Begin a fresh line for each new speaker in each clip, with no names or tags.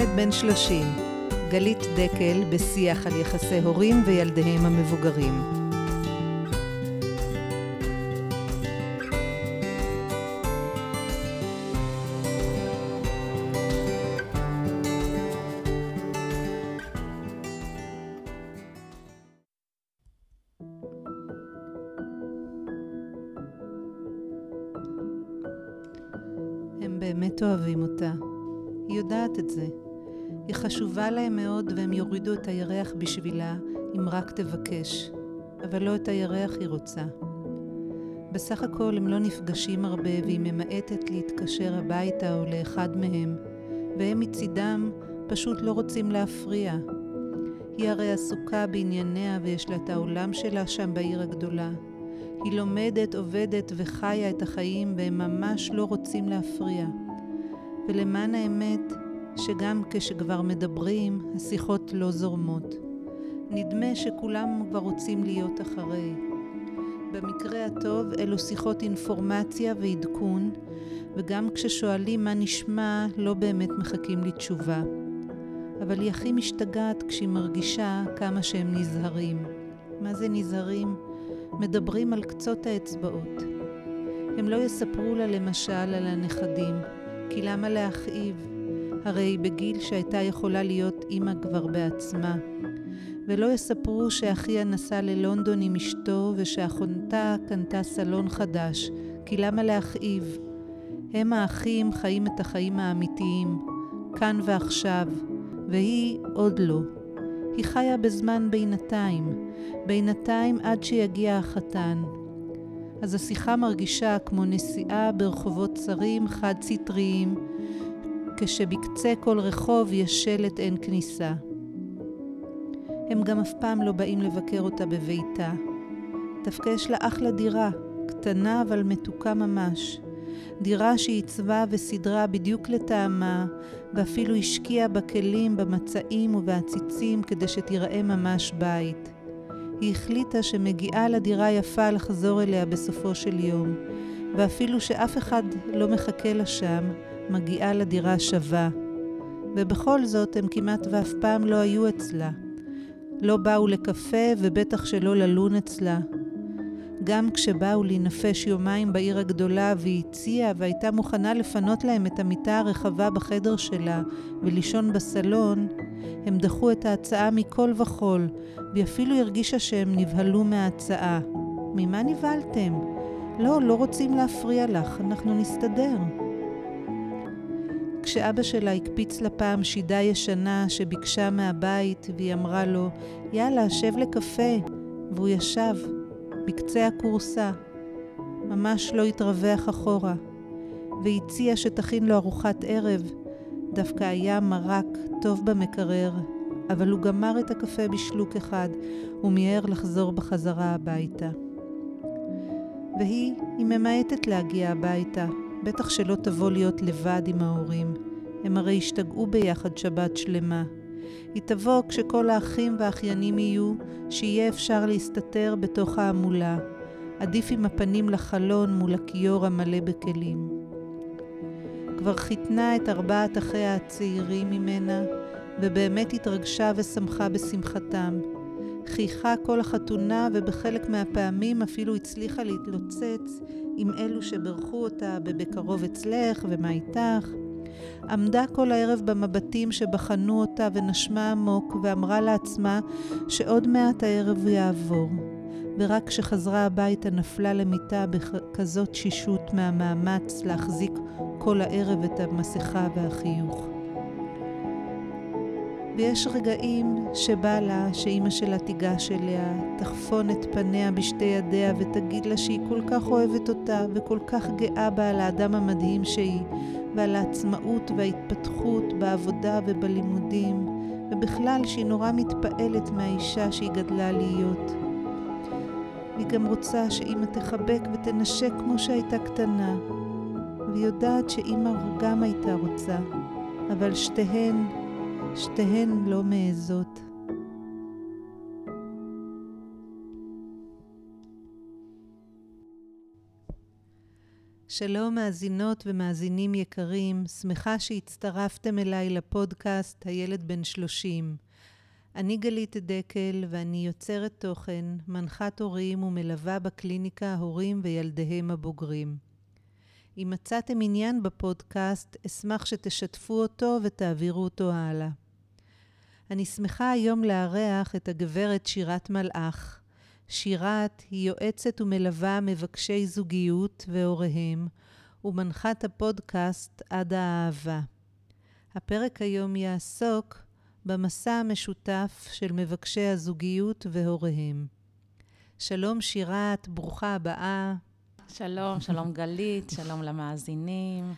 בן 30, גלית דקל בשיח על יחסי הורים וילדיהם המבוגרים. הם באמת אוהבים אותה. היא יודעת את זה. היא חשובה להם מאוד והם יורידו את הירח בשבילה אם רק תבקש. אבל לא את הירח היא רוצה. בסך הכל הם לא נפגשים הרבה והיא ממעטת להתקשר הביתה או לאחד מהם, והם מצידם פשוט לא רוצים להפריע. היא הרי עסוקה בענייניה ויש לה את העולם שלה שם בעיר הגדולה. היא לומדת, עובדת וחיה את החיים והם ממש לא רוצים להפריע. ולמען האמת, שגם כשכבר מדברים, השיחות לא זורמות. נדמה שכולם כבר רוצים להיות אחרי. במקרה הטוב, אלו שיחות אינפורמציה ועדכון, וגם כששואלים מה נשמע, לא באמת מחכים לתשובה. אבל היא הכי משתגעת כשהיא מרגישה כמה שהם נזהרים. מה זה נזהרים? מדברים על קצות האצבעות. הם לא יספרו לה למשל על הנכדים, כי למה להכאיב? הרי היא בגיל שהייתה יכולה להיות אימא כבר בעצמה. ולא יספרו שאחיה נסע ללונדון עם אשתו ושאחונתה קנתה סלון חדש, כי למה להכאיב? הם האחים חיים את החיים האמיתיים, כאן ועכשיו, והיא עוד לא. היא חיה בזמן בינתיים עד שיגיע החתן. אז השיחה מרגישה כמו נסיעה ברחובות צרים חד סטריים, כשבקצה כל רחוב יש שלט אין כניסה. הם גם אף פעם לא באים לבקר אותה בביתה. דווקא יש לה אחלה דירה, קטנה אבל מתוקה ממש. דירה שהיא עיצבה וסדרה בדיוק לטעמה, ואפילו השקיעה בכלים, במצעים ובעציצים כדי שתיראה ממש בית. היא החליטה שמגיעה לדירה יפה לחזור אליה בסופו של יום, ואפילו שאף אחד לא מחכה לה שם, מגיעה לדירה שווה. ובכל זאת הם כמעט ואף פעם לא היו אצלה. לא באו לקפה ובטח שלא ללון אצלה. גם כשבאו להינפש יומיים בעיר הגדולה והיא הציעה והייתה מוכנה לפנות להם את המיטה הרחבה בחדר שלה ולישון בסלון, הם דחו את ההצעה מכל וכל, והיא אפילו הרגישה שהם נבהלו מההצעה. ממה נבהלתם? לא רוצים להפריע לך, אנחנו נסתדר. כשאבא שלה הקפיץ לה פעם שידה ישנה שביקשה מהבית והיא אמרה לו, יאללה, שב לקפה, והוא ישב בקצה הקורסה, ממש לא התרווח אחורה, והציע שתכין לו ארוחת ערב. דווקא היה מרק טוב במקרר, אבל הוא גמר את הקפה בשלוק אחד ומיהר לחזור בחזרה הביתה. והיא ממעטת להגיע הביתה, בטח שלא תבוא להיות לבד עם ההורים. הם הרי השתגעו ביחד שבת שלמה. היא תבוא כשכל האחים והאחיינים יהיו, שיהיה אפשר להסתתר בתוך העמולה. עדיף עם הפנים לחלון מול הכיור המלא בכלים. כבר חיתנה את 4 אחיה הצעירים ממנה, ובאמת התרגשה ושמחה בשמחתם. חייכה כל החתונה ובחלק מהפעמים אפילו הצליחה להתלוצץ עם אלו שברכו אותה בקרוב אצלך ומה איתך. עמדה כל הערב במבטים שבחנו אותה ונשמה עמוק ואמרה לעצמה שעוד מעט הערב יעבור. ורק כשחזרה הביתה נפלה למיטה בכזאת שישות מהמאמץ להחזיק כל הערב את המסכה והחיוך. ויש רגעים שבא לה שאימא שלה תיגש אליה, תחפון את פניה בשתי ידיה ותגיד לה שהיא כל כך אוהבת אותה וכל כך גאה בה על האדם המדהים שהיא, ועל העצמאות וההתפתחות בעבודה ובלימודים, ובכלל שהיא נורא מתפעלת מהאישה שהיא גדלה להיות. היא גם רוצה שאימא תחבק ותנשק כמו שהייתה קטנה, והיא יודעת שאימא גם הייתה רוצה, אבל שתיהן לא מעזות. שלום מאזינות ומאזינים יקרים, שמחה שהצטרפתם אליי לפודקאסט הילד בן 30. אני גלית דקל ואני יוצרת תוכן, מנחת הורים ומלווה בקליניקה הורים וילדיהם הבוגרים. אם מצאתם עניין בפודקאסט, אשמח שתשתפו אותו ותעבירו אותו הלאה. אני שמחה היום לארח את הגברת שירת מלאך. שירת היא יועצת ומלווה מבקשי זוגיות והוריהם, ומנחת הפודקאסט עד האהבה. הפרק היום יעסוק במסע המשותף של מבקשי הזוגיות והוריהם. שלום שירת, ברוכה הבאה.
שלום, שלום גלית, שלום למאזינים.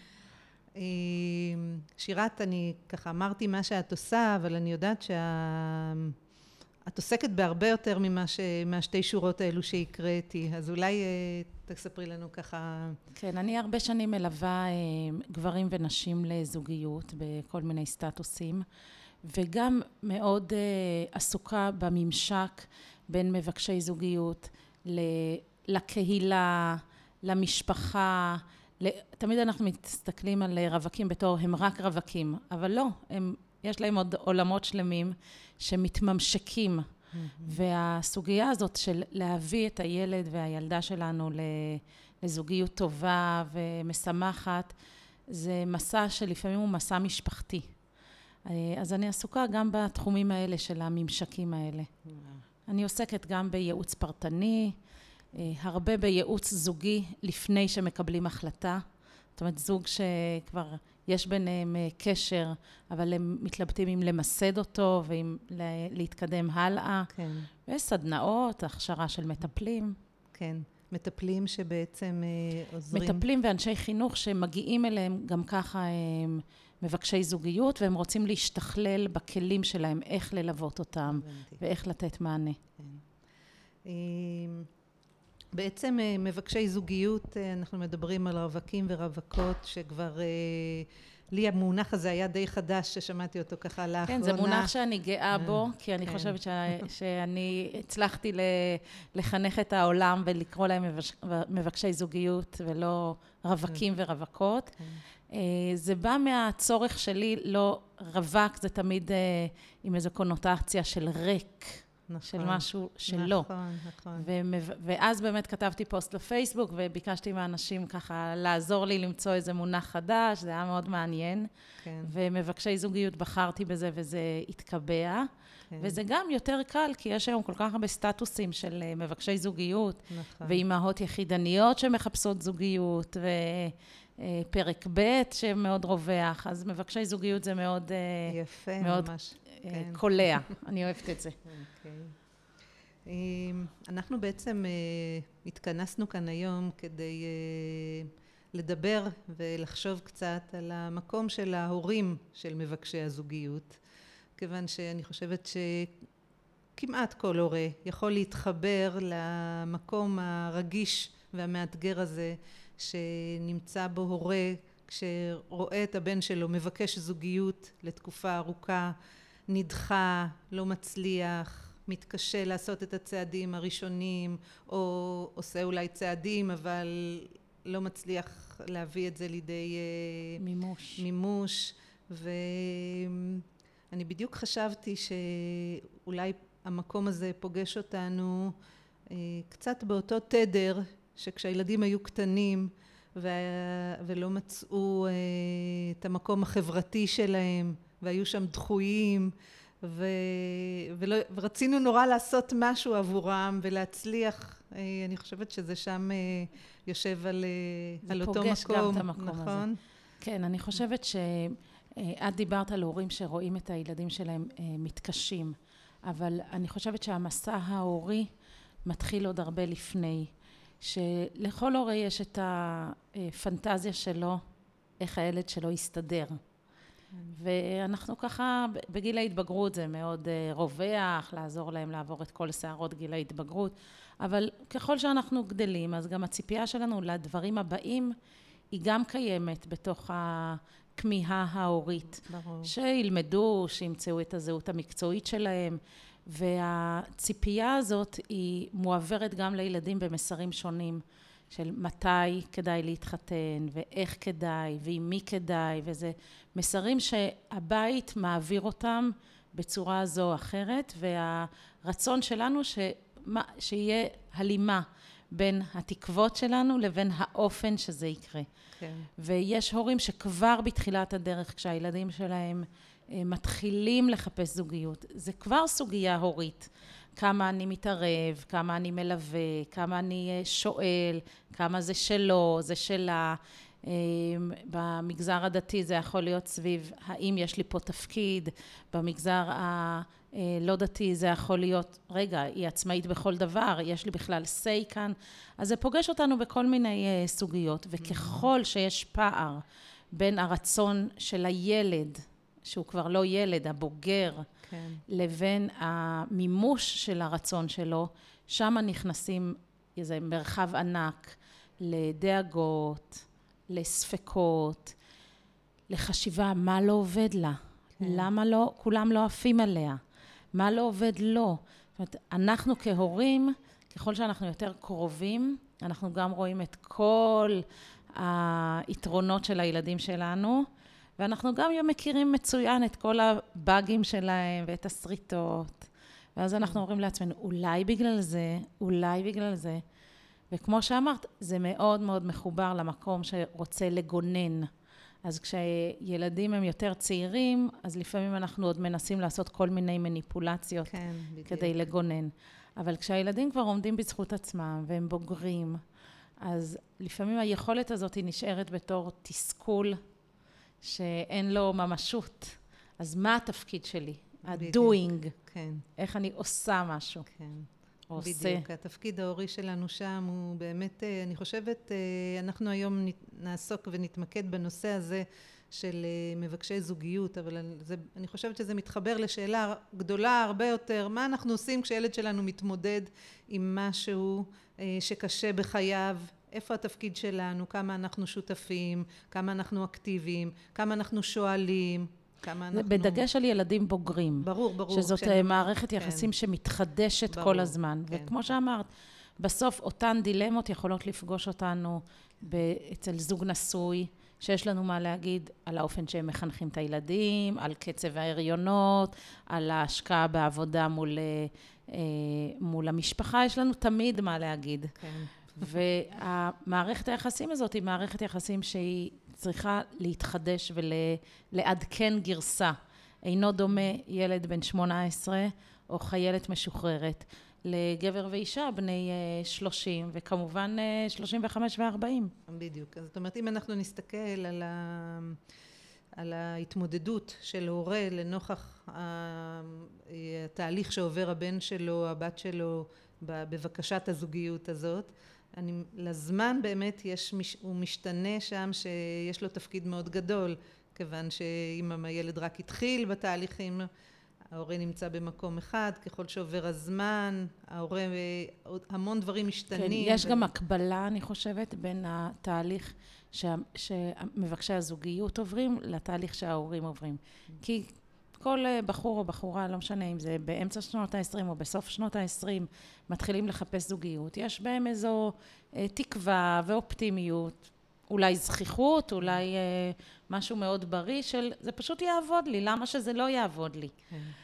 שירת, אני ככה אמרתי מה שאת עושה, אבל אני יודעת את עוסקת בהרבה יותר מהשתי שורות האלו שהקראתי, אז אולי תספרי לנו ככה.
כן, אני הרבה שנים מלווה גברים ונשים לזוגיות בכל מיני סטטוסים, וגם מאוד עסוקה בממשק בין מבקשי זוגיות לקהילה, למשפחה. תמיד אנחנו מסתכלים על רווקים בתור הם רק רווקים, אבל לא, יש להם עוד עולמות שלמים שמתממשקים, והסוגיה הזאת של להביא את הילד והילדה שלנו לזוגיות טובה ומשמחת, זה מסע שלפעמים הוא מסע משפחתי. אז אני עסוקה גם בתחומים האלה של הממשקים האלה. אני עוסקת גם בייעוץ פרטני, הרבה בייעוץ זוגי לפני שמקבלים החלטה. זאת אומרת, זוג שכבר יש ביניהם קשר, אבל הם מתלבטים אם למסד אותו ואם להתקדם הלאה. כן. וסדנאות, הכשרה של מטפלים.
כן, מטפלים שבעצם עוזרים.
מטפלים ואנשי חינוך שמגיעים אליהם גם ככה הם מבקשי זוגיות, והם רוצים להשתכלל בכלים שלהם, איך ללוות אותם ואיך לתת מענה.
כן. בעצם מבקשי זוגיות, אנחנו מדברים על רווקים ורווקות שכבר, לי המונח הזה היה די חדש ששמעתי אותו ככה לאחרונה.
כן, זה מונח שאני גאה בו, כי אני חושבת שאני הצלחתי לחנך את העולם ולקרוא להם מבקשי זוגיות ולא רווקים ורווקות. זה בא מהצורך שלי, לא רווק, זה תמיד עם איזו קונוטציה של ריק. נכון, של משהו שלא.
נכון, נכון.
ואז באמת כתבתי פוסט לפייסבוק, וביקשתי מהאנשים ככה לעזור לי למצוא איזה מונח חדש, זה היה מאוד מעניין. כן. ומבקשי זוגיות בחרתי בזה, וזה התקבע. כן. וזה גם יותר קל, כי יש היום כל כך הרבה סטטוסים של מבקשי זוגיות, נכון. ואימהות יחידניות שמחפשות זוגיות, פרק ב' שמאוד רווח, אז מבקשי זוגיות זה מאוד,
יפה,
מאוד
ממש.
קולע, אני אוהבת את זה.
אוקיי. אנחנו בעצם התכנסנו כאן היום כדי לדבר ולחשוב קצת על המקום של ההורים של מבקשי הזוגיות, כיוון שאני חושבת שכמעט כל הורה יכול להתחבר למקום הרגיש והמאתגר הזה שנמצא בו הורה כשרואה את הבן שלו מבקש זוגיות לתקופה ארוכה, נדחה, לא מצליח, מתקשה לעשות את הצעדים הראשונים, או עושה אולי צעדים אבל לא מצליח להביא את זה לידי מימוש. ואני בדיוק חשבתי שאולי המקום הזה פוגש אותנו קצת באותו תדר שכשהילדים היו קטנים ולא מצאו את המקום החברתי שלהם והיו שם דחויים ורצינו נורא לעשות משהו עבורם ולהצליח. אני חושבת שזה שם יושב על אותו מקום.
זה פוגש גם את המקום
נכון?
הזה. כן, אני חושבת שאת דיברת על הורים שרואים את הילדים שלהם מתקשים, אבל אני חושבת שהמסע ההורי מתחיל עוד הרבה לפני. שלכל הורה יש את הפנטזיה שלו, איך הילד שלו יסתדר. ואנחנו ככה, בגיל ההתבגרות זה מאוד רווח, לעזור להם לעבור את כל שערות גיל ההתבגרות, אבל ככל שאנחנו גדלים, אז גם הציפייה שלנו לדברים הבאים, היא גם קיימת בתוך הכמיהה ההורית. ברור. שילמדו, שימצאו את הזהות המקצועית שלהם, והציפייה הזאת היא מועברת גם לילדים במסרים שונים, של מתי כדאי להתחתן, ואיך כדאי, ועם מי כדאי, וזה מסרים שהבית מעביר אותם בצורה זו או אחרת, והרצון שלנו שיהיה הלימה בין התקוות שלנו לבין האופן שזה יקרה. כן. ויש הורים שכבר בתחילת הדרך, כשהילדים שלהם מתחילים לחפש זוגיות, זה כבר סוגיה הורית. כמה אני מתערב, כמה אני מלווה, כמה אני שואל, כמה זה שלו, זה שלה. במגזר הדתי זה יכול להיות סביב האם יש לי פה תפקיד, במגזר הלא דתי זה יכול להיות, רגע, היא עצמאית בכל דבר, יש לי בכלל say כאן, אז זה פוגש אותנו בכל מיני סוגיות, וככל שיש פער בין הרצון של הילד, שהוא כבר לא ילד, הבוגר, כן. לבין המימוש של הרצון שלו, שם נכנסים איזה מרחב ענק לדאגות, לספקות, לחשיבה מה לא עובד לה, כן. למה לא, כולם לא עפים עליה, מה לא עובד לו. זאת אומרת, אנחנו כהורים, ככל שאנחנו יותר קרובים, אנחנו גם רואים את כל היתרונות של הילדים שלנו, ואנחנו גם מכירים מצוין את כל הבאגים שלהם ואת הסריטות. ואז אנחנו אומרים לעצמנו, אולי בגלל זה. וכמו שאמרת, זה מאוד מאוד מחובר למקום שרוצה לגונן. אז כשילדים הם יותר צעירים, אז לפעמים אנחנו עוד מנסים לעשות כל מיני מניפולציות כן, כדי לגונן. אבל כשהילדים כבר עומדים בזכות עצמם והם בוגרים, אז לפעמים היכולת הזאת היא נשארת בתור תסכול, שאין לו ממשות. אז מה התפקיד שלי? ה-doing. כן. איך אני עושה משהו. כן.
בדיוק. התפקיד ההורי שלנו שם הוא באמת, אני חושבת, אנחנו היום נעסוק ונתמקד בנושא הזה של מבקשי זוגיות, אבל אני חושבת שזה מתחבר לשאלה גדולה הרבה יותר, מה אנחנו עושים כשילד שלנו מתמודד עם משהו שקשה בחייו, איפה התפקיד שלנו, כמה אנחנו שותפים, כמה אנחנו אקטיביים, כמה אנחנו שואלים, כמה אנחנו...
בדגש על ילדים בוגרים.
ברור.
שזאת מערכת יחסים שמתחדשת כל הזמן. וכמו שאמרת, בסוף אותן דילמות יכולות לפגוש אותנו אצל זוג נשוי, שיש לנו מה להגיד על האופן שהם מחנכים את הילדים, על קצב ההריונות, על ההשקעה בעבודה מול המשפחה, יש לנו תמיד מה להגיד. כן. והמערכת היחסים הזאת היא מערכת יחסים שהיא צריכה להתחדש ולעדכן גרסה. אינו דומה ילד בן 18 או חיילת משוחררת לגבר ואישה בני 30 וכמובן 35 ו-40.
בדיוק. אז זאת אומרת, אם אנחנו נסתכל על ההתמודדות של הורה לנוכח התהליך שעובר הבן שלו, הבת שלו, בבקשת הזוגיות הזאת, לזמן באמת הוא משתנה שם שיש לו תפקיד מאוד גדול, כיוון שאם הילד רק התחיל בתהליכים, ההורה נמצא במקום אחד, ככל שעובר הזמן, ההורה, המון דברים משתנים.
כן, יש גם הקבלה, אני חושבת, בין התהליך שמבקשי הזוגיות עוברים, לתהליך שההורים עוברים. כי כל בחור או בחורה, לא משנה אם זה באמצע שנות ה-20 או בסוף שנות ה-20, מתחילים לחפש זוגיות. יש בהם איזו תקווה ואופטימיות, אולי זכיחות, אולי משהו מאוד בריא של, זה פשוט יעבוד לי, למה שזה לא יעבוד לי?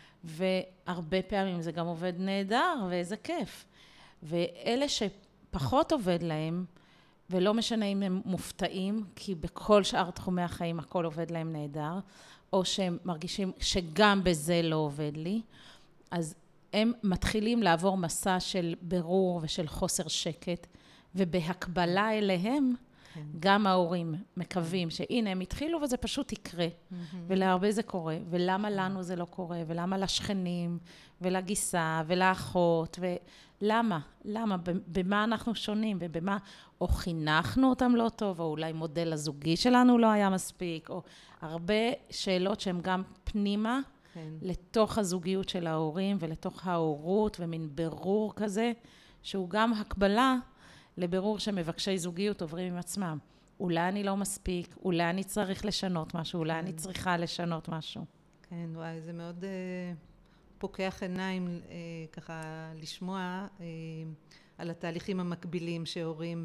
והרבה פעמים זה גם עובד נהדר, ואיזה כיף. ואלה שפחות עובד להם, ולא משנה אם הם מופתעים, כי בכל שאר תחומי החיים הכל עובד להם נהדר, או שהם מרגישים שגם בזה לא עובד לי, אז הם מתחילים לעבור מסע של ברור ושל חוסר שקט, ובהקבלה אליהם, גם ההורים מקווים שהנה הם התחילו וזה פשוט יקרה, ולהרבה זה קורה, ולמה לנו זה לא קורה, ולמה לשכנים, ולגיסה, ולאחות, ולמה? במה אנחנו שונים, ובמה, או חינכנו אותם לא טוב, או אולי מודל הזוגי שלנו לא היה מספיק, או הרבה שאלות שהן גם פנימה, לתוך הזוגיות של ההורים, ולתוך ההורות, ומין ברור כזה, שהוא גם הקבלה, לבירור שמבקשי זוגיות עוברים עם עצמם. אולי אני לא מספיק, אולי אני צריך לשנות משהו, אולי אני צריכה לשנות משהו.
כן, וואי, זה מאוד פוקח עיניים ככה לשמוע. על התהליכים המקבילים שהורים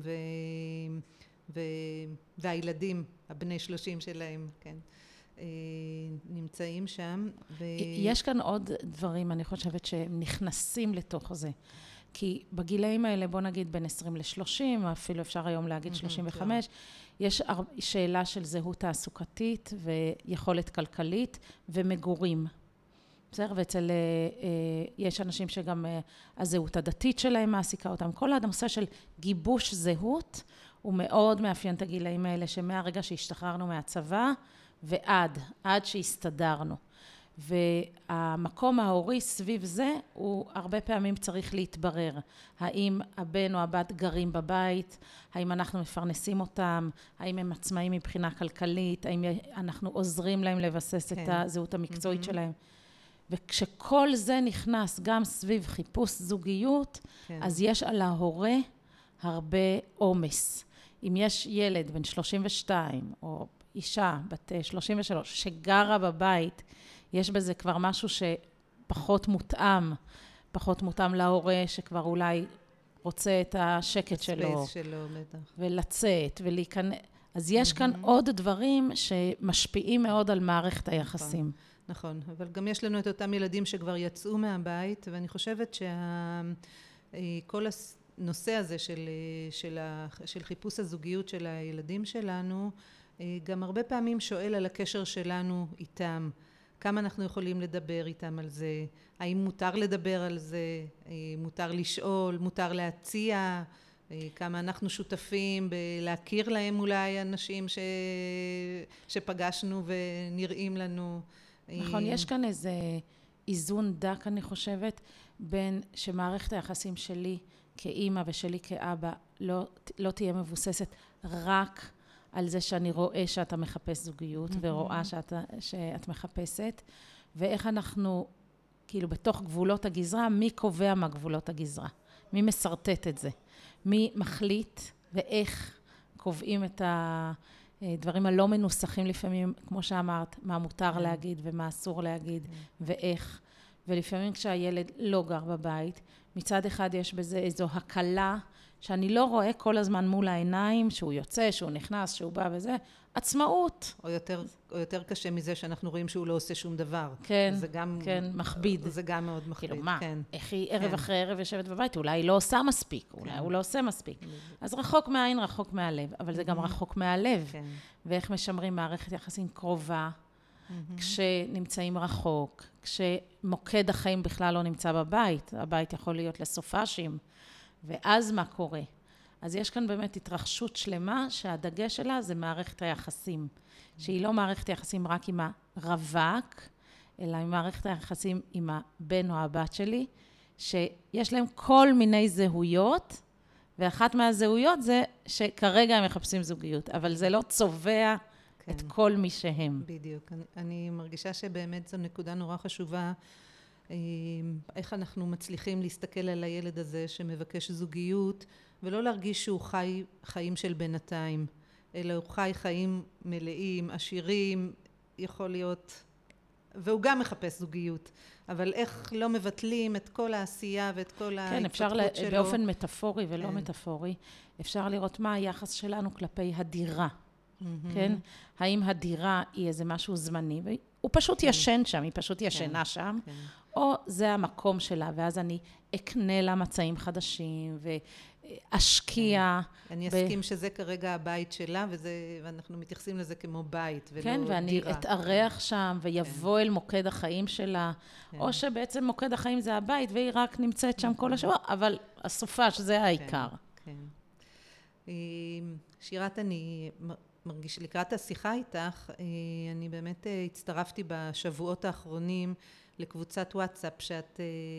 והילדים, הבני 30 שלהם, כן, נמצאים שם.
יש כאן עוד דברים, אני חושבת, שהם נכנסים לתוך זה. כי בגילאים האלה, בוא נגיד בין 20 ל-30, אפילו אפשר היום להגיד 35, יש שאלה של זהות תעסוקתית ויכולת כלכלית ומגורים. בסדר? ואצל, יש אנשים שגם הזהות הדתית שלהם מעסיקה אותם. כל הנושא של גיבוש זהות הוא מאוד מאפיין את הגילאים האלה, שמהרגע שהשתחררנו מהצבא ועד שהסתדרנו. והמקום ההורי סביב זה הוא הרבה פעמים צריך להתברר. האם הבן או הבת גרים בבית, האם אנחנו מפרנסים אותם, האם הם עצמאים מבחינה כלכלית, האם אנחנו עוזרים להם לבסס את הזהות המקצועית שלהם. וכשכל זה נכנס גם סביב חיפוש זוגיות, אז יש על ההורה הרבה עומס. אם יש ילד בן 32 או אישה בת 33 שגרה בבית, יש בזה כבר משהו שפחות מותאם להורה שכבר אולי רוצה את השקט שלו, ולצאת ולהיכנס. אז יש כאן עוד דברים שמשפיעים מאוד על מערכת היחסים.
נכון, אבל גם יש לנו את אותם ילדים שכבר יצאו מהבית, ואני חושבת שכל הנושא הזה של חיפוש הזוגיות של הילדים שלנו, גם הרבה פעמים שואל על הקשר שלנו איתם. כמה אנחנו יכולים לדבר איתם על זה, האם מותר לדבר על זה, מותר לשאול, מותר להציע, כמה אנחנו שותפים בלהכיר להם אולי אנשים שפגשנו ונראים לנו.
נכון, יש כאן איזה איזון דק, אני חושבת, בין שמערכת היחסים שלי כאימא ושלי כאבא לא תהיה מבוססת רק על זה שאני רואה שאתה מחפש זוגיות, ורואה שאת מחפשת, ואיך אנחנו, כאילו בתוך גבולות הגזרה, מי קובע מה גבולות הגזרה? מי מסרטט את זה? מי מחליט ואיך קובעים את הדברים הלא מנוסחים לפעמים, כמו שאמרת, מה מותר להגיד ומה אסור להגיד, ואיך. ולפעמים כשהילד לא גר בבית, מצד אחד יש בזה איזו הקלה, שאני לא רואה כל הזמן מול העיניים, שהוא יוצא, שהוא נכנס, שהוא בא וזה, עצמאות.
או יותר קשה מזה שאנחנו רואים שהוא לא עושה שום דבר.
כן,
זה גם,
כן, מכביד.
זה גם מאוד מכביד.
כאילו מה,
כן.
איך היא ערב אחרי ערב יושבת בבית, אולי היא לא עושה מספיק, אולי הוא לא עושה מספיק. אז רחוק מהעין, רחוק מהלב, אבל זה גם רחוק מהלב.
כן.
ואיך משמרים מערכת יחסים קרובה, כשנמצאים רחוק, כשמוקד החיים בכלל לא נמצא בבית, הבית יכול להיות לסופשים, ואז מה קורה? אז יש כאן באמת התרחשות שלמה שהדגש שלה זה מערכת היחסים, שהיא לא מערכת היחסים רק עם הרווק, אלא עם מערכת היחסים עם הבן או הבת שלי, שיש להם כל מיני זהויות, ואחת מהזהויות זה שכרגע הם מחפשים זוגיות, אבל זה לא צובע את כל מי שהם.
בדיוק. אני מרגישה שבאמת זו נקודה נורא חשובה, איך אנחנו מצליחים להסתכל על הילד הזה שמבקש זוגיות, ולא להרגיש שהוא חי חיים של בינתיים, אלא הוא חי חיים מלאים, עשירים, יכול להיות, והוא גם מחפש זוגיות, אבל איך לא מבטלים את כל העשייה ואת כל ההתפתחות שלו.
כן, אפשר באופן מטאפורי ולא מטאפורי, אפשר לראות מה היחס שלנו כלפי הדירה. כן? האם הדירה היא איזה משהו זמני, הוא פשוט ישן שם, היא פשוט ישנה שם, או זה המקום שלה, ואז אני אקנה לה מצעים חדשים, ואשקיע.
אני אסכים שזה כרגע הבית שלה, ואנחנו מתייחסים לזה כמו בית, ולא דירה.
כן, ואני אתארח שם, ויבוא אל מוקד החיים שלה, או שבעצם מוקד החיים זה הבית, והיא רק נמצאת שם כל השבוע, אבל הסופש זה העיקר.
כן. שירת, אני מרגיש, לקראת השיחה איתך, אני באמת הצטרפתי בשבועות האחרונים לקבוצת וואטסאפ שאת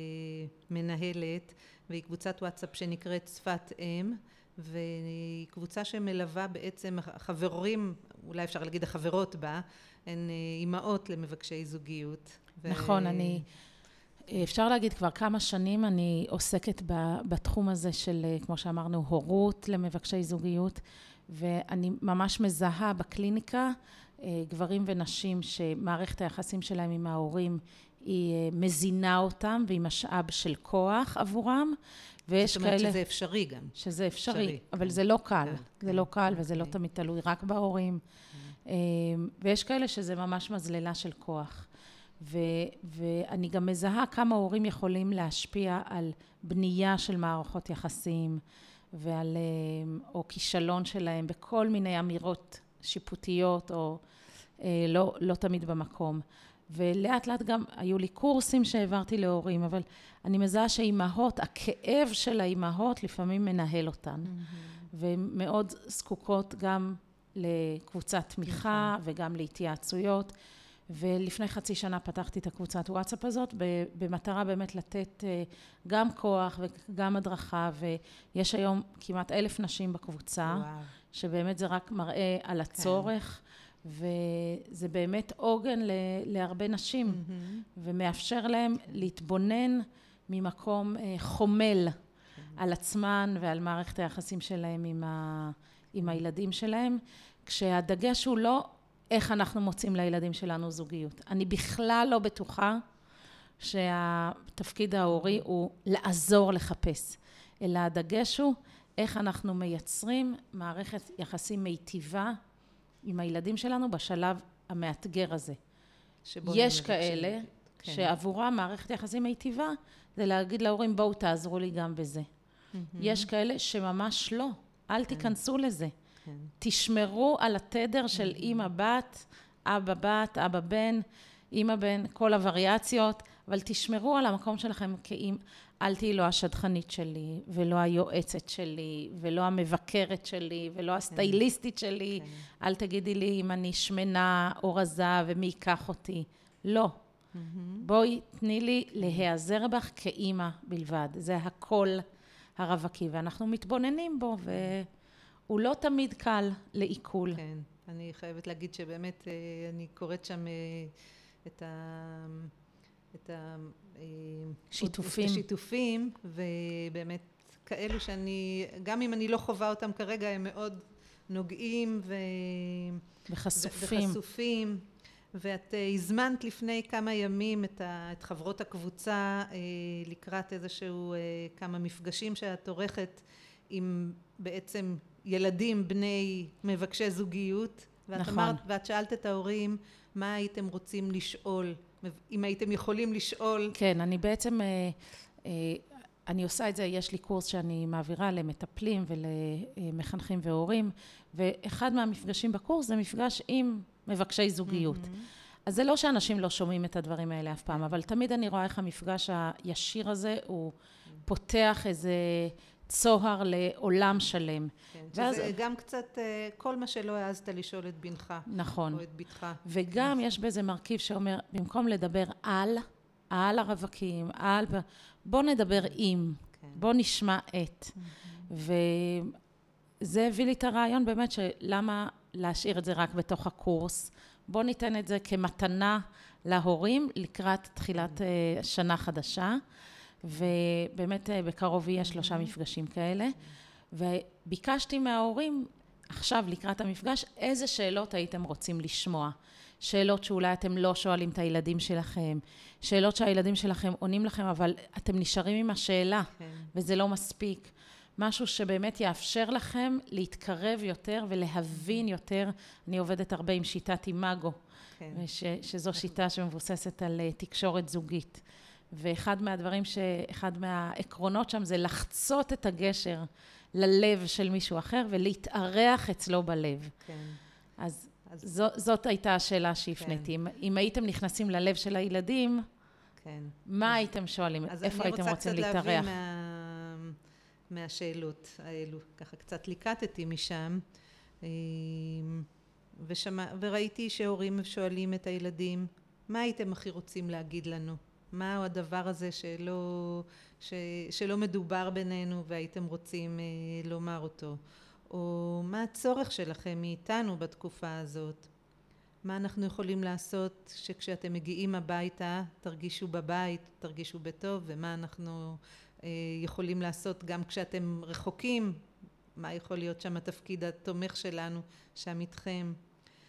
מנהלת, והיא קבוצת וואטסאפ שנקראת שפת אם, והיא קבוצה שמלווה בעצם החברים, אולי אפשר להגיד החברות בה, הן אימהות למבקשי זוגיות.
נכון, אפשר להגיד כבר כמה שנים אני עוסקת בתחום הזה של, כמו שאמרנו, הורות למבקשי זוגיות, ואני ממש מזהה בקליניקה גברים ונשים שמערכת היחסים שלהם עם ההורים היא מזינה אותם והיא משאב של כוח עבורם, ויש
זאת אומרת
כאלה...
שזה אפשרי גם.
שזה אפשרי, אבל זה לא קל. זה לא קל וזה לא תמיד תלוי רק בהורים. ויש כאלה שזה ממש מזללה של כוח. ואני גם מזהה כמה הורים יכולים להשפיע על בנייה של מערכות יחסים, או כישלון שלהם בכל מיני אמירות שיפוטיות, או לא תמיד במקום. ולאט לאט גם היו לי קורסים שהעברתי להורים, אבל אני מזהה שאימהות, הכאב של האימהות לפעמים מנהל אותן. והן מאוד זקוקות גם לקבוצת תמיכה וגם להתייעצויות. ולפני חצי שנה פתחתי את הקבוצת וואטסאפ הזאת, במטרה באמת לתת גם כוח וגם הדרכה, ויש היום כמעט 1,000 נשים בקבוצה, שבאמת זה רק מראה על הצורך, וזה באמת עוגן להרבה נשים, ומאפשר להם להתבונן ממקום חומל על עצמן ועל מערכת היחסים שלהם עם הילדים שלהם, כשהדגש הוא לא איך אנחנו מוצאים לילדים שלנו זוגיות. אני בכלל לא בטוחה שהתפקיד ההורי הוא לעזור לחפש, אלא הדגש הוא איך אנחנו מייצרים מערכת יחסים מיטיבה עם הילדים שלנו בשלב המאתגר הזה. יש כאלה שעבורם מערכת יחסים מיטיבה, זה להגיד להורים בואו תעזרו לי גם בזה. יש כאלה שממש לא, אל תיכנסו לזה. תשמרו על התדר של אמא בת, אבא בת, אבא בן, אמא בן, כל הווריאציות, אבל תשמרו על המקום שלכם כאם, אל תהי לא השדכנית שלי, ולא היועצת שלי, ולא המבקרת שלי, ולא הסטייליסטית שלי, אל תגידי לי אם אני שמנה או רזה ומי ייקח אותי. לא. בואי תני לי להיעזר בך כאמא בלבד. זה הכל הרווקי, ואנחנו מתבוננים בו, הוא לא תמיד קל לעיכול.
כן, אני חייבת להגיד שבאמת אני קוראת שם את השיתופים, ובאמת כאלו שאני, גם אם אני לא חווה אותם כרגע, הם מאוד נוגעים וחשופים. ואת הזמנת לפני כמה ימים את חברות הקבוצה לקראת איזשהו כמה מפגשים שאת עורכת עם בעצם ילדים בני מבקשי זוגיות, ואת אמרת, ואת שאלת את ההורים מה הייתם רוצים לשאול, אם הייתם יכולים לשאול.
כן, אני בעצם, אני עושה את זה, יש לי קורס שאני מעבירה למטפלים ולמחנכים והורים, ואחד מהמפגשים בקורס זה מפגש עם מבקשי זוגיות. אז זה לא שאנשים לא שומעים את הדברים האלה אף פעם, אבל תמיד אני רואה איך המפגש הישיר הזה הוא פותח איזה צוהר לעולם שלם.
כן, שזה גם קצת כל מה שלא העזת לשאול את בנך.
נכון.
או את בתך.
וגם יש בזה מרכיב שאומר, במקום לדבר על הרווקים, בוא נדבר עם, בוא נשמע את. וזה הביא לי את הרעיון באמת שלמה להשאיר את זה רק בתוך הקורס. בוא ניתן את זה כמתנה להורים לקראת תחילת שנה חדשה. ובאמת בקרוב יהיה 3 מפגשים כאלה. וביקשתי מההורים עכשיו לקראת המפגש, איזה שאלות הייתם רוצים לשמוע. שאלות שאולי אתם לא שואלים את הילדים שלכם, שאלות שהילדים שלכם עונים לכם, אבל אתם נשארים עם השאלה, וזה לא מספיק. משהו שבאמת יאפשר לכם להתקרב יותר ולהבין יותר. אני עובדת הרבה עם שיטת אימאגו, שזו שיטה שמבוססת על תקשורת זוגית. ואחד מהדברים, אחד מהעקרונות שם זה לחצות את הגשר ללב של מישהו אחר ולהתארח אצלו בלב. כן. אז זאת הייתה השאלה שהפניתי. אם הייתם נכנסים ללב של הילדים, מה הייתם שואלים? איפה הייתם רוצים להתארח?
אז אני רוצה קצת להבין מהשאלות האלו. ככה קצת ליקטתי משם, וראיתי שהורים שואלים את הילדים, מה הייתם הכי רוצים להגיד לנו? מהו הדבר הזה שלא מדובר בינינו והייתם רוצים לומר אותו? או מה הצורך שלכם מאיתנו בתקופה הזאת? מה אנחנו יכולים לעשות שכשאתם מגיעים הביתה תרגישו בבית, תרגישו בטוב, ומה אנחנו יכולים לעשות גם כשאתם רחוקים? מה יכול להיות שם התפקיד התומך שלנו שם איתכם?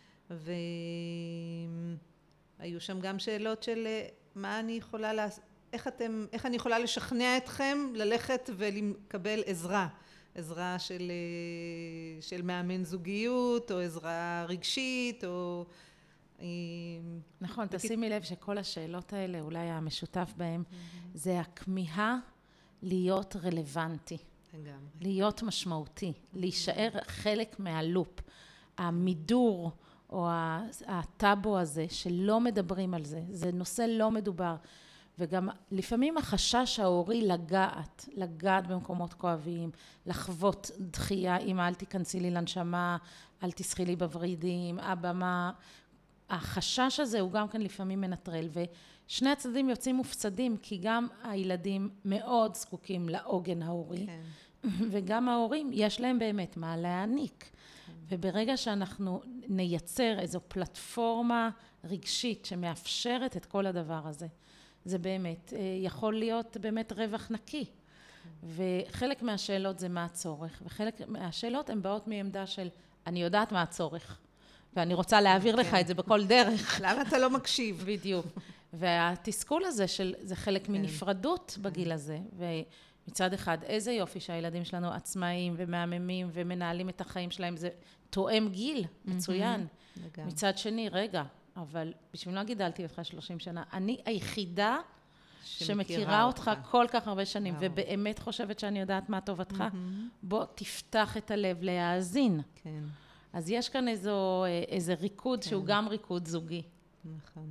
והיו שם גם שאלות של מה אני יכולה איך אני יכולה לשכנע אתכם ללכת ולקבל עזרה של מאמן זוגיות, או עזרה רגשית, או...
נכון, תשימי לב שכל השאלות האלה, אולי המשותף בהם, זה הכמיהה להיות רלוונטי, להיות משמעותי, להישאר חלק מהלופ. המידור או הטאבו הזה שלא מדברים על זה, זה נושא לא מדובר. וגם לפעמים החשש ההורי לגעת במקומות כואבים, לחוות דחייה, אמא אל תיכנסי לי לנשמה, אל תסחי לי בוורידים, אבא מה... החשש הזה הוא גם כן לפעמים מנטרל, ושני הצדדים יוצאים מופסדים, כי גם הילדים מאוד זקוקים לעוגן ההורי, כן. וגם ההורים יש להם באמת מה להעניק. כן. וברגע שאנחנו נייצר איזו פלטפורמה רגשית שמאפשרת את כל הדבר הזה, זה באמת יכול להיות באמת רווח נקי. וחלק מהשאלות זה מה הצורך, וחלק מהשאלות הן באות מעמדה של אני יודעת מה הצורך, ואני רוצה להעביר לך את זה בכל דרך.
למה אתה לא מקשיב?
בדיוק. והתסכול הזה זה חלק מנפרדות בגיל הזה. ומצד אחד, איזה יופי שהילדים שלנו עצמאיים ומהממים ומנהלים את החיים שלהם, זה תואם גיל, מצוין. מצד שני, רגע, אבל בשביל מה גידלתי אותך 30 שנה? אני היחידה שמכירה אותך כל כך הרבה שנים, ובאמת חושבת שאני יודעת מה טובתך. בוא תפתח את הלב להאזין. כן. אז יש כאן איזה ריקוד שהוא גם ריקוד זוגי.
נכון.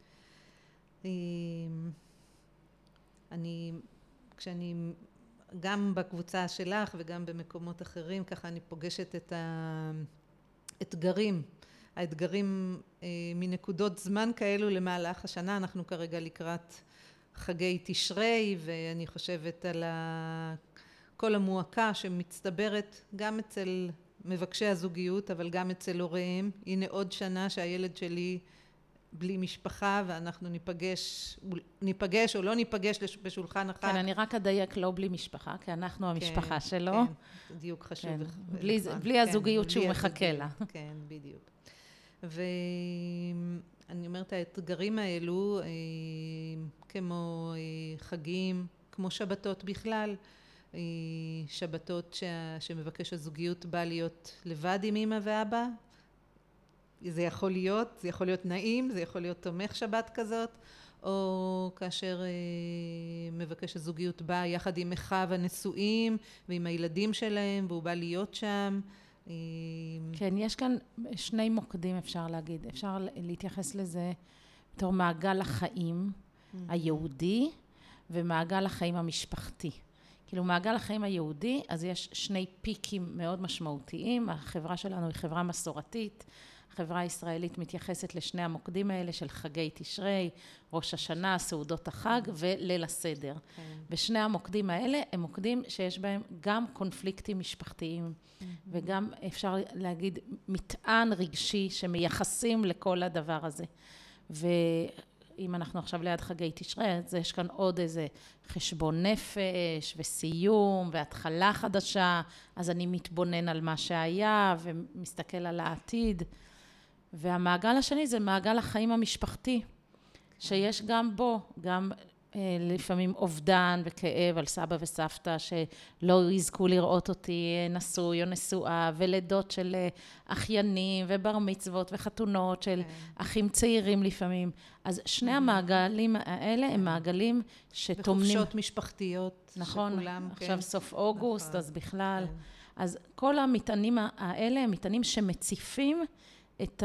כשאני גם בקבוצה שלך וגם במקומות אחרים, ככה אני פוגשת את האתגרים מנקודות זמן כאלו למהלך השנה. אנחנו כרגע לקראת חגי תשרי, ואני חושבת על כל המועקה שמצטברת גם אצל מבקשי הזוגיות, אבל גם אצל הוריהם. הנה עוד שנה שהילד שלי בלי משפחה, ואנחנו ניפגש או לא ניפגש בשולחן אחד.
כן, אני רק אדייק לא בלי משפחה, כי אנחנו המשפחה שלו.
כן, בדיוק חשוב.
בלי הזוגיות שהוא מחכה לה.
כן, בדיוק. ואני אומרת, האתגרים האלו, כמו חגים, כמו שבתות בכלל, שבתות שמבקש הזוגיות בא להיות לבד עם אמא ואבא, זה יכול להיות נעים, זה יכול להיות תומך שבת כזאת, או כאשר מבקש הזוגיות בא יחד עם אחיו הנשואים ועם הילדים שלהם, והוא בא להיות שם.
כן, יש כאן שני מוקדים אפשר להגיד, אפשר להתייחס לזה בתור מעגל החיים היהודי ומעגל החיים המשפחתי. כאילו מעגל החיים היהודי, אז יש שני פיקים מאוד משמעותיים, החברה שלנו היא חברה מסורתית, החברה הישראלית מתייחסת לשני המוקדים האלה של חגי תשרי, ראש השנה, סעודות החג וליל הסדר. ושני המוקדים האלה הם מוקדים שיש בהם גם קונפליקטים משפחתיים, וגם אפשר להגיד מטען רגשי שמייחסים לכל הדבר הזה. אם אנחנו עכשיו ליד חגי תשרי, אז יש כאן עוד איזה חשבון נפש וסיום והתחלה חדשה, אז אני מתבונן על מה שהיה ומסתכל על העתיד. והמעגל השני זה מעגל החיים המשפחתי, שיש גם בו, גם לפעמים אובדן וכאב על סבא וסבתא שלא יזכו לראות אותי נשוי או נשואה, ולידות של אחיינים ובר מצוות וחתונות של אחים צעירים לפעמים. אז שני המעגלים האלה הם מעגלים שתומנים.
וחופשות משפחתיות.
נכון, עכשיו סוף אוגוסט, אז בכלל. אז כל המטענים האלה הם מטענים שמציפים את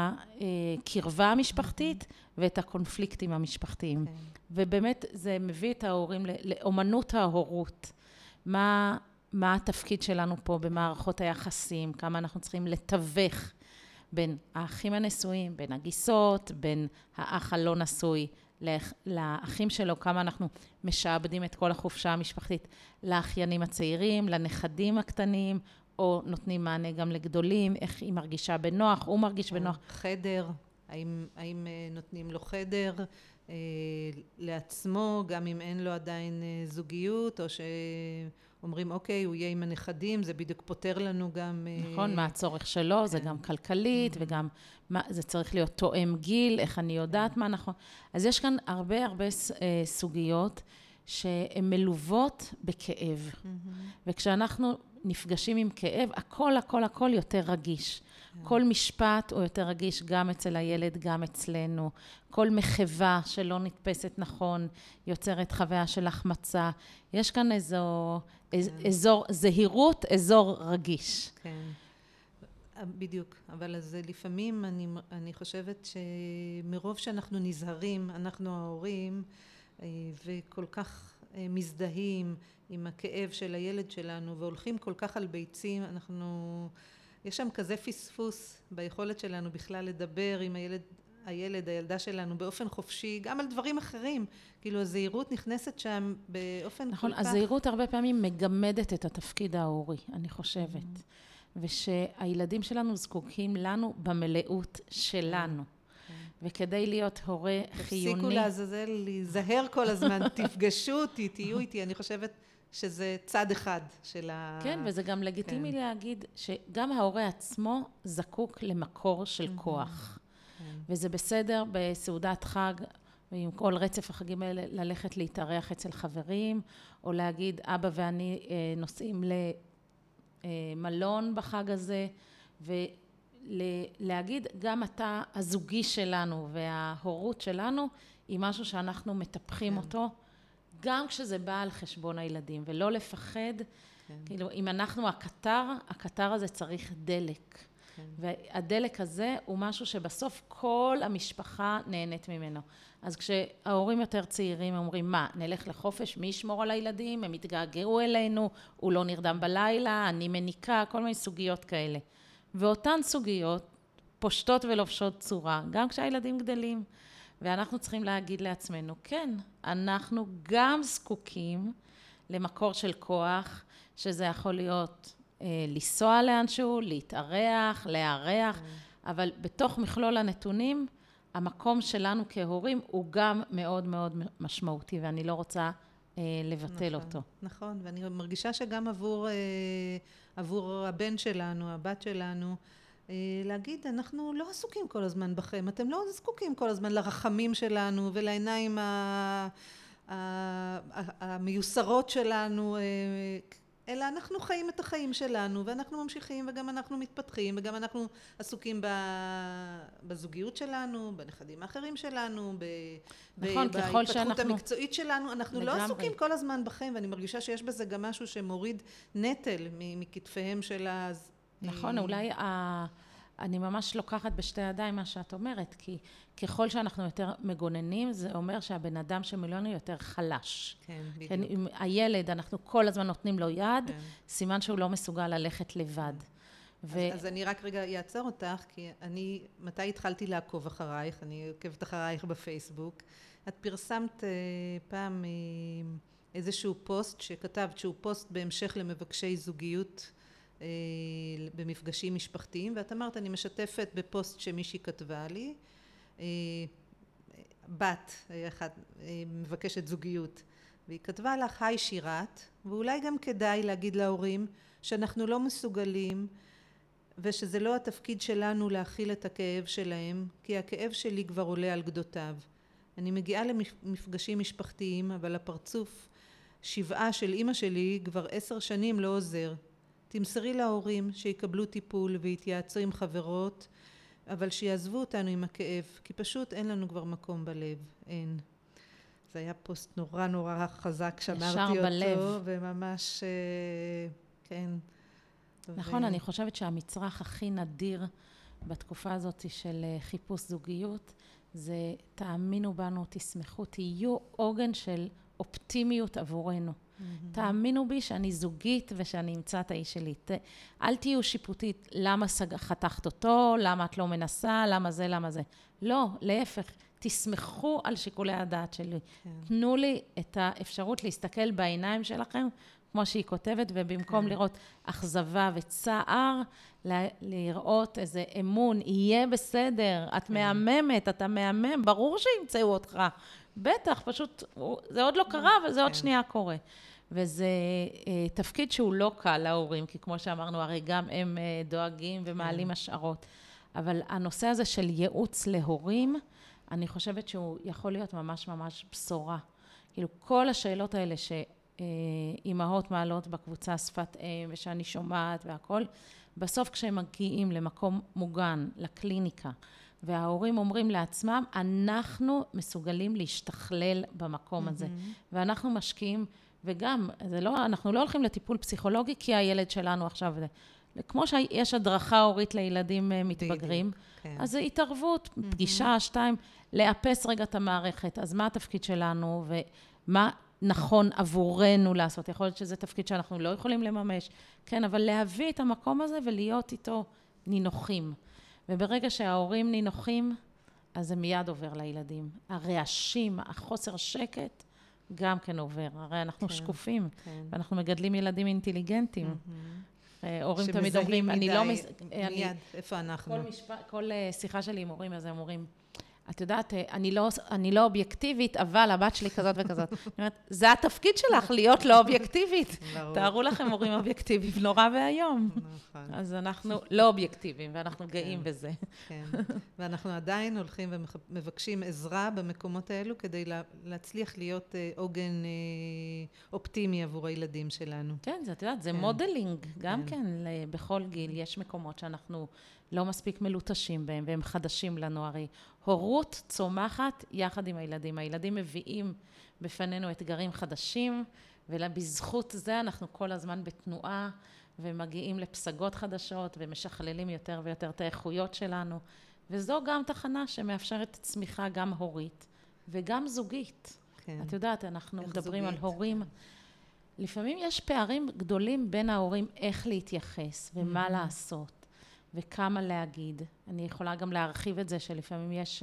הקרבה המשפחתית ואת הקונפליקטים המשפחתיים. ובאמת זה מביא את ההורים לאומנות ההורות. מה התפקיד שלנו פה במערכות היחסים, כמה אנחנו צריכים לתווך בין האחים הנשואים, בין הגיסות, בין האח הלא נשוי, לאחים שלו, כמה אנחנו משעבדים את כל החופשה המשפחתית לאחיינים הצעירים, לנכדים הקטנים, או נותנים מענה גם לגדולים, איך היא מרגישה בנוח, הוא מרגיש בנוח.
חדר, האם נותנים לו חדר לעצמו, גם אם אין לו עדיין זוגיות, אומרים, אוקיי, הוא יהיה עם הנכדים, זה בדיוק פותר לנו גם...
נכון, מה הצורך שלו, זה גם כלכלית, וגם זה צריך להיות תואם גיל, איך אני יודעת מה נכון. אז יש כאן הרבה סוגיות שהן מלוות בכאב. וכשאנחנו נפגשים עם כאב, הכל יותר רגיש. כל משפט הוא יותר רגיש גם אצל הילד, גם אצלנו. כל מחווה שלא נתפסת נכון, יוצרת חוויה של החמצה. יש כאן אזור זהירות, אזור רגיש.
כן, בדיוק. אבל אז לפעמים אני חושבת שמרוב שאנחנו נזהרים, אנחנו ההורים, וכל כך מזדהים עם הכאב של הילד שלנו, והולכים כל כך על ביצים, יש שם כזה פספוס ביכולת שלנו בכלל לדבר עם הילדה שלנו באופן חופשי, גם על דברים אחרים. כאילו הזהירות נכנסת שם באופן
נכון,
כל כך...
הזהירות הרבה פעמים מגמדת את התפקיד ההורי, אני חושבת. ושהילדים שלנו זקוקים לנו במלאות שלנו. וכדי להיות הורה חיוני...
תפסיקו לעזאזל, להיזהר כל הזמן, תפגשו אותי, תהיו איתי. אני חושבת שזה צד אחד של
כן, וזה גם לגיטימי להגיד שגם ההורה עצמו זקוק למקור של כוח. וזה בסדר בסעודת חג, ועם כל רצף החגים האלה, ללכת להתארח אצל חברים, או להגיד, אבא ואני נוסעים למלון בחג הזה, ולהגיד, גם אתה, הזוגי שלנו וההורות שלנו, היא משהו שאנחנו מטפחים אותו, גם כשזה בא על חשבון הילדים, ולא לפחד, כאילו, אם אנחנו הקטר הזה צריך דלק. והדלק הזה הוא משהו שבסוף כל המשפחה נהנית ממנו. אז כשההורים יותר צעירים אומרים, מה, נלך לחופש, מי ישמור על הילדים, הם יתגעגעו אלינו, הוא לא נרדם בלילה, אני מניקה, כל מיני סוגיות כאלה. ואותן סוגיות פושטות ולובשות צורה, גם כשהילדים גדלים. ואנחנו צריכים להגיד לעצמנו, כן, אנחנו גם זקוקים למקור של כוח, שזה יכול להיות לנסוע לאנשהו, להתארח, להארח, אבל בתוך מכלול הנתונים, המקום שלנו כהורים הוא גם מאוד מאוד משמעותי, ואני לא רוצה לבטל אותו.
נכון, ואני מרגישה שגם עבור הבן שלנו, הבת שלנו, להגיד, אנחנו לא עסוקים כל הזמן בכם, אתם לא זקוקים כל הזמן לרחמים שלנו ולעיניים המיוסרות שלנו, אלא אנחנו חיים את החיים שלנו, ואנחנו ממשיכים, וגם אנחנו מתפתחים, וגם אנחנו עסוקים בזוגיות שלנו, בנכדים האחרים שלנו,
נכון,
בהתפתחות המקצועית שלנו, אנחנו לא עסוקים כל הזמן בכם, ואני מרגישה שיש בזה גם משהו שמוריד נטל מכתפיהם של
נכון, אולי אני ממש לוקחת בשתי ידיים מה שאת אומרת, כי ככל שאנחנו יותר מגוננים, זה אומר שהבן אדם שמילוני יותר חלש.
כן, בדיוק.
כן, עם הילד, אנחנו כל הזמן נותנים לו יד, סימן שהוא לא מסוגל ללכת לבד.
אז אני רק רגע אעצור אותך, כי מתי התחלתי לעקוב אחרייך? אני עוקבת אחרייך בפייסבוק. את פרסמת פעם איזשהו פוסט שכתבת שהוא פוסט בהמשך למבקשי זוגיות במפגשים משפחתיים, ואת אמרת, אני משתפת בפוסט שמישהי כתבה לי, בת אחת מבקשת זוגיות, והיא כתבה לך, היי שירת, ואולי גם כדאי להגיד להורים שאנחנו לא מסוגלים, ושזה לא התפקיד שלנו להכיל את הכאב שלהם, כי הכאב שלי כבר עולה על גדותיו. אני מגיעה למפגשים משפחתיים, אבל הפרצוף שבעה של אמא שלי כבר 10 שנים לא עוזר. תמסרי להורים שיקבלו טיפול ויתייעצו עם חברות, אבל שיעזבו אותנו עם הכאב, כי פשוט אין לנו כבר מקום בלב, אין. זה היה פוסט נורא נורא חזק, שמרתי אותו, וממש, כן.
נכון, אני חושבת שהמצרך הכי נדיר בתקופה הזאת של חיפוש זוגיות, זה תאמינו בנו, תשמחו, תהיו עוגן של אופטימיות עבורנו. תאמינו בי שאני זוגית ושאני אמצא את האיש שלי. אל תהיו שיפוטית, למה חתכת אותו, למה את לא מנסה, למה זה, למה זה. לא, להפך, תשמחו על שיקולי הדעת שלי. תנו לי את האפשרות להסתכל בעיניים שלכם, כמו שהיא כותבת, ובמקום לראות אכזבה וצער, לראות איזה אמון, יהיה בסדר, את מהממת, אתה מהמם, ברור שימצאו אותך. בטח, פשוט, זה עוד לא קרה, אבל זה עוד שנייה קורה. וזה תפקיד שהוא לא קל להורים, כי כמו שאמרנו, הרי גם הם דואגים ומעלים השערות. אבל הנושא הזה של ייעוץ להורים, אני חושבת שהוא יכול להיות ממש ממש בשורה. כאילו כל השאלות האלה שאימהות מעלות בקבוצה שפת אם, ושאני שומעת והכל, בסוף כשהם מגיעים למקום מוגן, לקליניקה, וההורים אומרים לעצמם, אנחנו מסוגלים להשתכלל במקום הזה. ואנחנו משקיעים, וגם, אנחנו לא הולכים לטיפול פסיכולוגי, כי הילד שלנו עכשיו, כמו שיש הדרכה הורית לילדים מתבגרים, אז זה התערבות, פגישה, 2, לאפס רגע את המערכת. אז מה התפקיד שלנו, ומה נכון עבורנו לעשות? יכול להיות שזה תפקיד שאנחנו לא יכולים לממש, כן, אבל להביא את המקום הזה ולהיות איתו נינוחים. וברגע שההורים נינוחים, אז זה מיד עובר לילדים. הרעשים, החוסר שקט, גם כן עובר. הרי אנחנו שקופים, ואנחנו מגדלים ילדים אינטליגנטים. הורים תמיד אומרים, אני לא...
מיד, איפה אנחנו?
כל שיחה שלי עם הורים, אז הם אומרים, את יודעת, אני לא אובייקטיבית, אבל הבת שלי כזאת וכזאת. אני אומרת, זה התפקיד שלך, להיות לא אובייקטיבית. תארו לכם הורים אובייקטיביים, נורא והיום. נכון. אז אנחנו לא אובייקטיביים, ואנחנו גאים בזה.
כן, ואנחנו עדיין הולכים ומבקשים עזרה במקומות האלו, כדי להצליח להיות עוגן אופטימי עבור הילדים שלנו.
כן, את יודעת, זה מודלינג, גם כן, בכל גיל. יש מקומות שאנחנו לא מספיק מלוטשים בהם, והם חדשים לנו הרי. הורות צומחת יחד עם הילדים. הילדים מביאים בפנינו אתגרים חדשים, ובזכות זה אנחנו כל הזמן בתנועה, ומגיעים לפסגות חדשות, ומשכללים יותר ויותר את האיכויות שלנו. וזו גם תחנה שמאפשרת צמיחה גם הורית, וגם זוגית. כן. את יודעת, אנחנו מדברים זוגית? על הורים. לפעמים יש פערים גדולים בין ההורים איך להתייחס, ומה לעשות. וכמה להגיד. אני יכולה גם להרחיב את זה, שלפעמים יש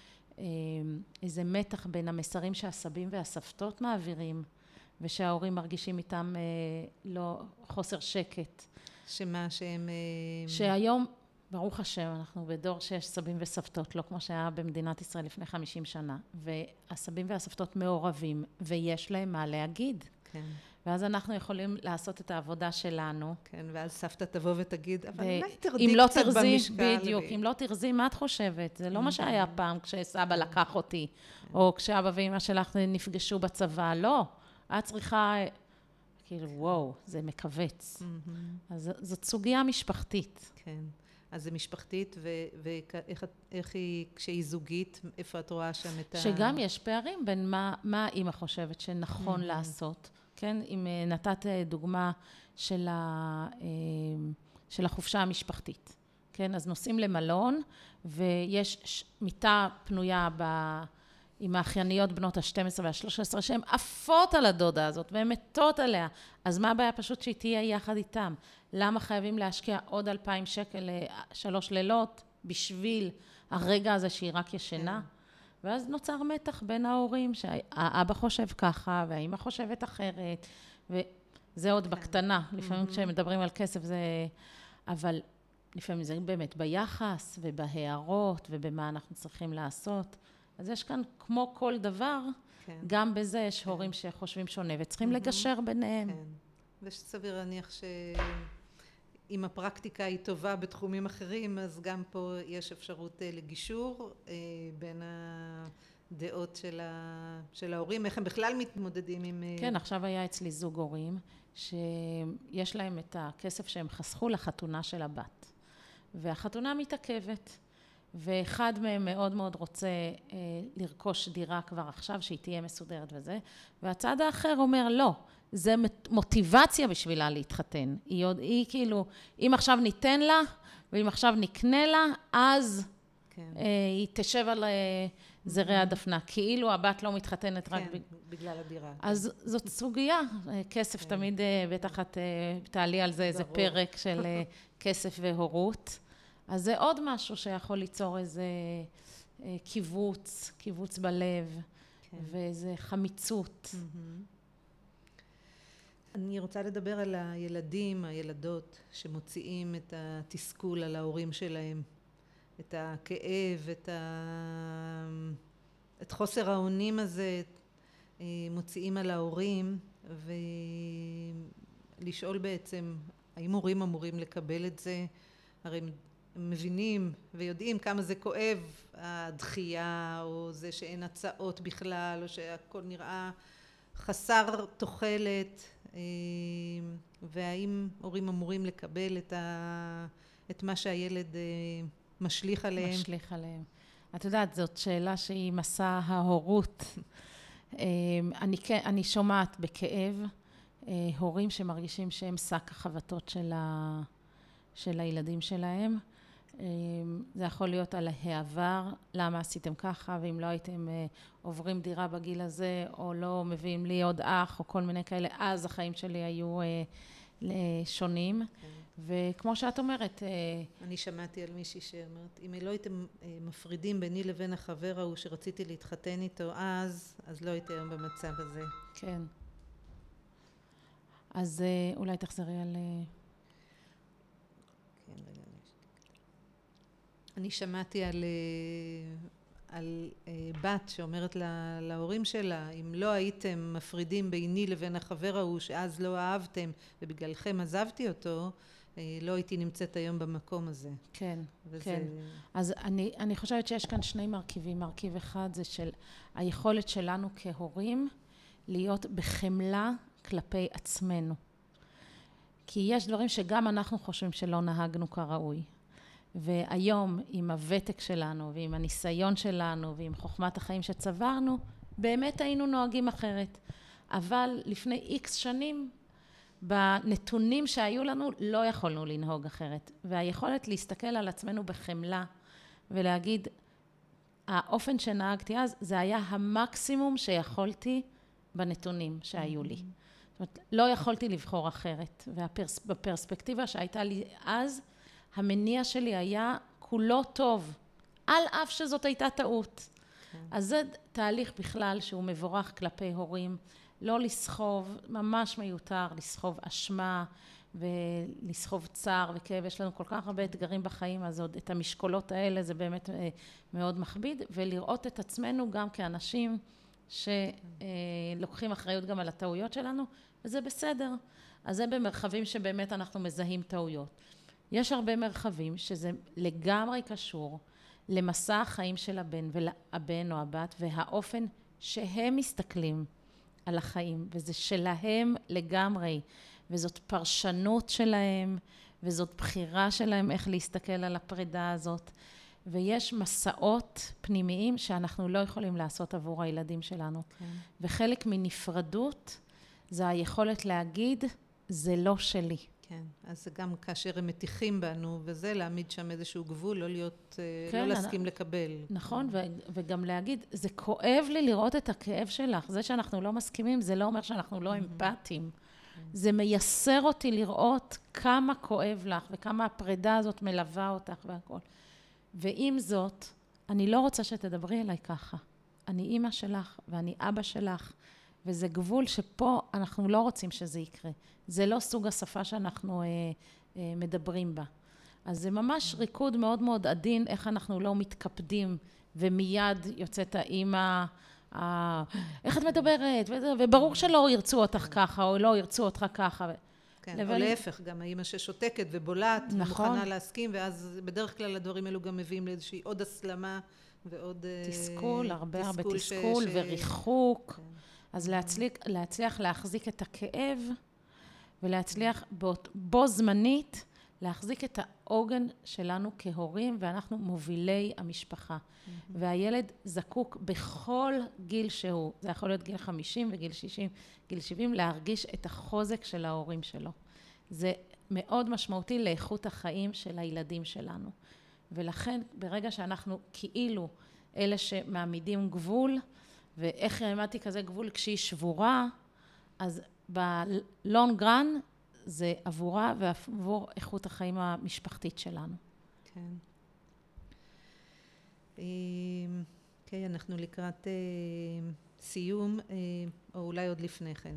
איזה מתח בין המסרים שהסבים והסבתות מעבירים, ושההורים מרגישים איתם לא חוסר שקט.
שמה שהם...
שהיום, ברוך השם, אנחנו בדור שיש סבים וסבתות, לא כמו שהיה במדינת ישראל לפני 50 שנה, והסבים והסבתות מעורבים, ויש להם מה להגיד. כן. ואז אנחנו יכולים לעשות את העבודה שלנו.
כן, ואז סבתא תבוא ותגיד, אבל אולי תרדי קצת במשקל.
בדיוק, אם לא תרזי, מה את חושבת? זה לא מה שהיה פעם כשסבא לקח אותי, או כשאבא ואמא שלך נפגשו בצבא, לא. את צריכה, כאילו, וואו, זה מכווץ. אז זאת סוגיה משפחתית.
כן, אז זה משפחתית, ואיך היא, כשהיא זוגית, איפה את רואה שם את ה...
שגם יש פערים בין מה האמא חושבת שנכון לעשות. כן, אם נתת דוגמה של החופשה המשפחתית. כן, אז נוסעים למלון, ויש מיטה פנויה עם האחייניות בנות ה-12 וה-13, שהן עפות על הדודה הזאת, והן מתות עליה. אז מה הבעיה? פשוט שהיא תהיה יחד איתם. למה חייבים להשקיע עוד 2,000 שקל ל3 לילות, בשביל הרגע הזה שהיא רק ישנה? ואז נוצר מתח בין ההורים, שהאבא חושב ככה, והאמא חושבת אחרת, וזה עוד בקטנה. לפעמים כשמדברים על כסף זה... אבל לפעמים זה באמת ביחס, ובהערות, ובמה אנחנו צריכים לעשות. אז יש כאן, כמו כל דבר, גם בזה יש הורים שחושבים שונה, וצריכים לגשר ביניהם.
וסביר להניח אם הפרקטיקה היא טובה בתחומים אחרים, אז גם פה יש אפשרות לגישור בין הדעות של ההורים, איך הם בכלל מתמודדים עם...
כן, עכשיו היה אצלי זוג הורים, שיש להם את הכסף שהם חסכו לחתונה של הבת. והחתונה מתעכבת, ואחד מהם מאוד מאוד רוצה לרכוש דירה כבר עכשיו, שהיא תהיה מסודרת וזה, והצד האחר אומר לא, זה מוטיבציה בשבילה להתחתן. היא כאילו, אם עכשיו ניתן לה, ואם עכשיו נקנה לה, אז היא תשב על זרי הדפנה. כאילו הבת לא מתחתנת רק
בגלל הדירה.
אז זאת סוגיה. כסף תמיד, בטח את תעלי על זה איזה פרק של כסף והורות. אז זה עוד משהו שיכול ליצור איזה קיבוץ בלב, ואיזה חמיצות.
אני רוצה לדבר על הילדים, הילדות, שמוציאים את התסכול על ההורים שלהם, את הכאב, את חוסר האונים הזה, מוציאים על ההורים, ולשאול בעצם, האם הורים אמורים לקבל את זה? הרי הם מבינים ויודעים כמה זה כואב, הדחייה, או זה שאין הצעות בכלל, או שהכל נראה חסר תוחלת, והאם הורים אמורים לקבל את מה שהילד משליך עליהם?
משליך עליהם. את יודעת, זאת שאלה שהיא מסע ההורות. אני שומעת בכאב הורים שמרגישים שהם שק החבטות של הילדים שלהם. זה יכול להיות על העבר, למה עשיתם ככה, ואם לא הייתם עוברים דירה בגיל הזה, או לא מביאים לי עוד אח, או כל מיני כאלה, אז החיים שלי היו שונים. וכמו שאת אומרת...
אני שמעתי על מישהי שאומרת, אם לא הייתם מפרידים ביני לבין החבר ההוא שרציתי להתחתן איתו אז לא הייתי היום במצב הזה.
כן. אז אולי תחזרי על...
כן, רגע. אני שמעתי על בת שאומרת להורים שלה, אם לא הייתם מפרידים ביני לבין החבר ההוא שאז לא אהבתם ובגללכם עזבתי אותו, לא הייתי נמצאת היום במקום הזה.
כן, כן. אז אני חושבת שיש כאן שני מרכיבים. מרכיב אחד זה של היכולת שלנו כהורים להיות בחמלה כלפי עצמנו. כי יש דברים שגם אנחנו חושבים שלא נהגנו כראוי. והיום עם הוותק שלנו ועם הניסיון שלנו ועם חוכמת החיים שצברנו, באמת היינו נוהגים אחרת. אבל לפני איקס שנים, בנתונים שהיו לנו, לא יכולנו לנהוג אחרת. והיכולת להסתכל על עצמנו בחמלה ולהגיד, האופן שנהגתי אז, זה היה המקסימום שיכולתי בנתונים שהיו לי. זאת אומרת, לא יכולתי לבחור אחרת. ובפרספקטיבה שהייתה לי אז, המניע שלי היה כולו טוב, על אף שזאת הייתה טעות. אז זה תהליך בכלל שהוא מבורך כלפי הורים, לא לסחוב, ממש מיותר, לסחוב אשמה ולסחוב צער וכאב. יש לנו כל כך הרבה אתגרים בחיים, אז עוד את המשקולות האלה זה באמת מאוד מכביד, ולראות את עצמנו גם כאנשים שלוקחים אחריות גם על הטעויות שלנו, וזה בסדר. אז זה במרחבים שבאמת אנחנו מזהים טעויות. יש הרבה מרחבים שזה לגמרי קשור למסע החיים של הבן או הבת, והאופן שהם מסתכלים על החיים, וזה שלהם לגמרי, וזאת פרשנות שלהם, וזאת בחירה שלהם איך להסתכל על הפרידה הזאת, ויש מסעות פנימיים שאנחנו לא יכולים לעשות עבור הילדים שלנו. כן. וחלק מנפרדות זה היכולת להגיד, זה לא שלי.
כן, אז גם כאשר הם מתיחים בנו, וזה להעמיד שם איזשהו גבול, לא להיות, כן, לא להסכים לקבל.
נכון, וגם להגיד, זה כואב לי לראות את הכאב שלך, זה שאנחנו לא מסכימים, זה לא אומר שאנחנו לא אמפתיים. זה מייסר אותי לראות כמה כואב לך, וכמה הפרידה הזאת מלווה אותך והכל. ועם זאת, אני לא רוצה שתדברי אליי ככה. אני אימא שלך, ואני אבא שלך, וזה גבול שפה אנחנו לא רוצים שזה יקרה. זה לא סוג השפה שאנחנו מדברים בה. אז זה ממש ריקוד מאוד מאוד עדין, איך אנחנו לא מתקפדים, ומיד יוצאת האמא, איך את מדברת? וברור שלא ירצו אותך ככה, או לא ירצו אותך ככה.
כן, או להפך, גם האמא ששותקת ובולעת, ומוכנה להסכים, ואז בדרך כלל הדברים האלו גם מביאים לאיזושהי עוד הסלמה, ועוד...
תסכול, הרבה תסכול וריחוק. אז להצליח להחזיק את הכאב, ולהצליח בו זמנית, להחזיק את העוגן שלנו כהורים, ואנחנו מובילי המשפחה. והילד זקוק בכל גיל שהוא, זה יכול להיות גיל 50 וגיל 60, גיל 70, להרגיש את החוזק של ההורים שלו. זה מאוד משמעותי לאיכות החיים של הילדים שלנו. ולכן, ברגע שאנחנו כאילו אלה שמעמידים גבול, ואיך העמדתי כזה גבול כשהיא שבורה, אז בלונג רן זה עבורה ועבור איכות החיים המשפחתית שלנו.
כן. אוקיי, אנחנו לקראת סיום, או אולי עוד לפני כן.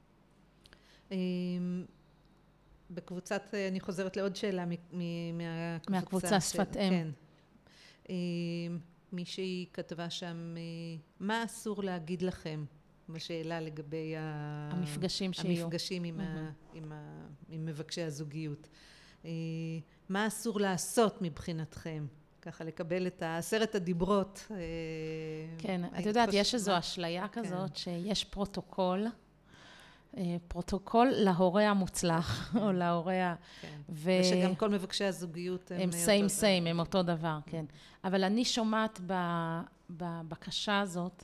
בקבוצת, אני חוזרת לעוד שאלה
מהקבוצה שפת אם.
כן. מישהי כתבה שם, מה אסור להגיד לכם בשאלה לגבי
המפגשים שיהיו.
המפגשים עם מבקשי הזוגיות. מה אסור לעשות מבחינתכם? ככה לקבל את 10 הדיברות.
כן, את יודעת, יש איזו אשליה כזאת שיש פרוטוקול להורה המוצלח, או להורה...
ושגם כל מבקשי הזוגיות
הם same, הם אותו דבר, כן. אבל אני שומעת בבקשה הזאת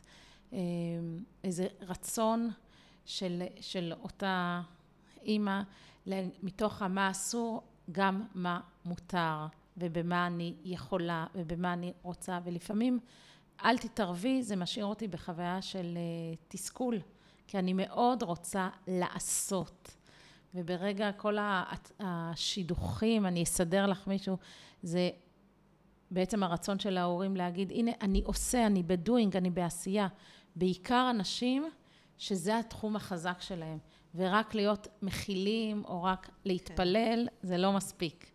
איזה רצון של אותה אימא, מתוך מה אסור, גם מה מותר, ובמה אני יכולה, ובמה אני רוצה, ולפעמים אל תתערבי, זה משאיר אותי בחוויה של תסכול, כי אני מאוד רוצה לעשות. וברגע כל השידוכים, אני אסדר לך מישהו, זה בעצם הרצון של ההורים להגיד, הנה, אני עושה, אני בדוינג, אני בעשייה. בעיקר אנשים שזה התחום החזק שלהם, ורק להיות מכילים או רק להתפלל, זה לא מספיק.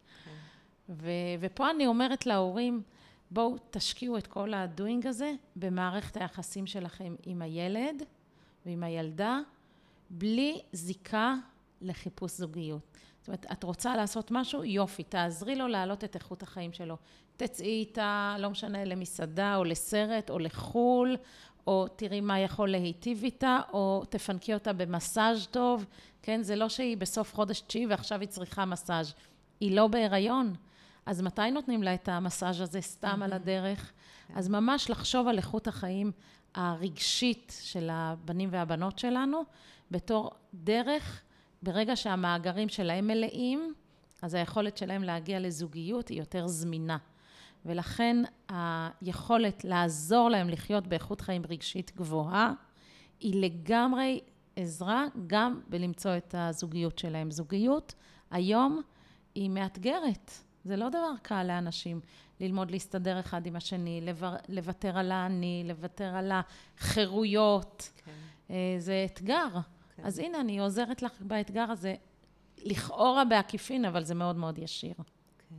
ופה אני אומרת להורים, בואו תשקיעו את כל הדוינג הזה במערכת היחסים שלכם עם הילד ועם הילדה, בלי זיקה לחיפוש זוגיות. זאת אומרת, את רוצה לעשות משהו? יופי, תעזרי לו להעלות את איכות החיים שלו. תצאי איתה, לא משנה, למסעדה או לסרט או לחול, או תראי מה יכול להיטיב איתה, או תפנקי אותה במסאז' טוב. כן, זה לא שהיא בסוף חודש 9 ועכשיו היא צריכה מסאז'. היא לא בהיריון. אז מתי נותנים לה את המסאז' הזה סתם על הדרך? אז ממש לחשוב על איכות החיים הרגשית של הבנים והבנות שלנו, בתור דרך, ברגע שהמאגרים שלהם מלאים, אז היכולת שלהם להגיע לזוגיות היא יותר זמינה. ולכן היכולת לעזור להם לחיות באיכות חיים רגשית גבוהה, היא לגמרי עזרה גם בלמצוא את הזוגיות שלהם. זוגיות היום היא מאתגרת. זה לא דבר קל לאנשים ללמוד להסתדר אחד עם השני, לוותר על האני, לוותר על החירויות. כן. זה אתגר. כן. אז הנה, אני עוזרת לך באתגר הזה, לכאורה בעקיפין, אבל זה מאוד מאוד ישיר. כן.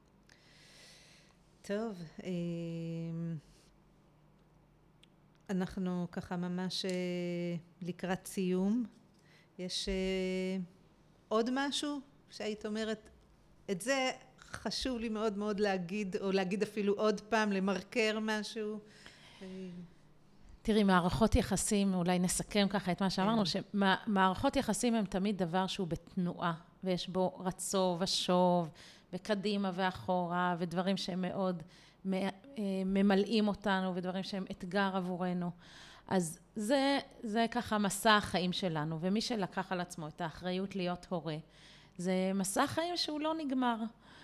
טוב, אנחנו ככה ממש לקראת סיום. יש עוד משהו שהיית אומרת, את זה חשוב לי מאוד מאוד להגיד, או להגיד אפילו עוד פעם, למרקר משהו.
תראי, מערכות יחסים, אולי נסכם ככה את מה שאמרנו, שמערכות יחסים הם תמיד דבר שהוא בתנועה, ויש בו רצו ושוב, וקדימה ואחורה, ודברים שהם מאוד ממלאים אותנו, ודברים שהם אתגר עבורנו. אז זה ככה מסע החיים שלנו, ומי שלקח על עצמו את האחריות להיות הורה, זה מסע חיים שהוא לא נגמר.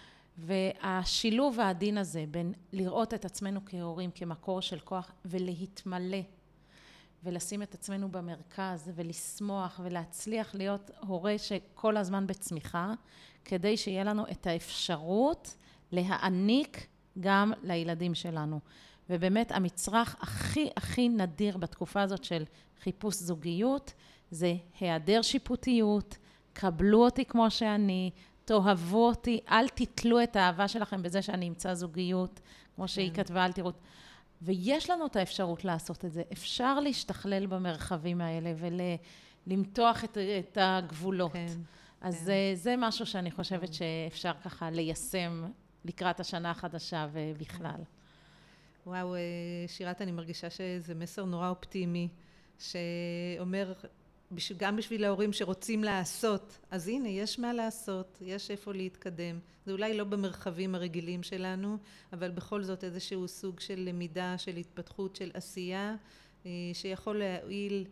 והשילוב העדין הזה בין לראות את עצמנו כהורים, כמקור של כוח, ולהתמלא, ולשים את עצמנו במרכז, ולשמוח, ולהצליח להיות הורה שכל הזמן בצמיחה, כדי שיהיה לנו את האפשרות להעניק גם לילדים שלנו. ובאמת המצרך הכי נדיר בתקופה הזאת של חיפוש זוגיות, זה היעדר שיפוטיות, קבלו אותי כמו שאני, תאהבו אותי, אל תתלו את האהבה שלכם בזה שאני אמצא זוגיות, כמו שהיא כתבה, אל תראו. ויש לנו את האפשרות לעשות את זה. אפשר להשתכלל במרחבים האלה ולמתוח את הגבולות. אז זה משהו שאני חושבת שאפשר ככה ליישם לקראת השנה החדשה ובכלל.
וואו, שירת, אני מרגישה שזה מסר נורא אופטימי, שאומר, גם בשביל ההורים שרוצים לעשות, אז הנה, יש מה לעשות, יש איפה להתקדם. זה אולי לא במרחבים הרגילים שלנו, אבל בכל זאת איזשהו סוג של למידה, של התפתחות, של עשייה, שיכול להועיל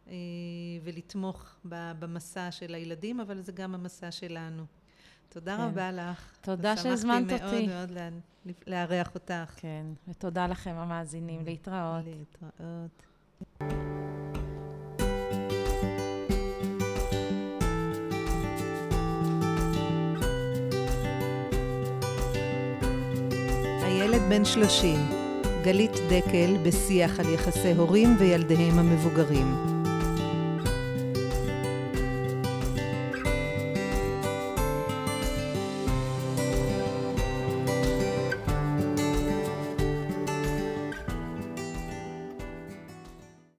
ולתמוך במסע של הילדים, אבל זה גם המסע שלנו. תודה רבה לך.
תודה שהזמנת אותי.
שמחתי מאוד מאוד לארח אותך.
כן, ותודה לכם המאזינים. להתראות.
להתראות. הילד בן 30, גלית דקל בשיח על יחסי הורים וילדיהם המבוגרים.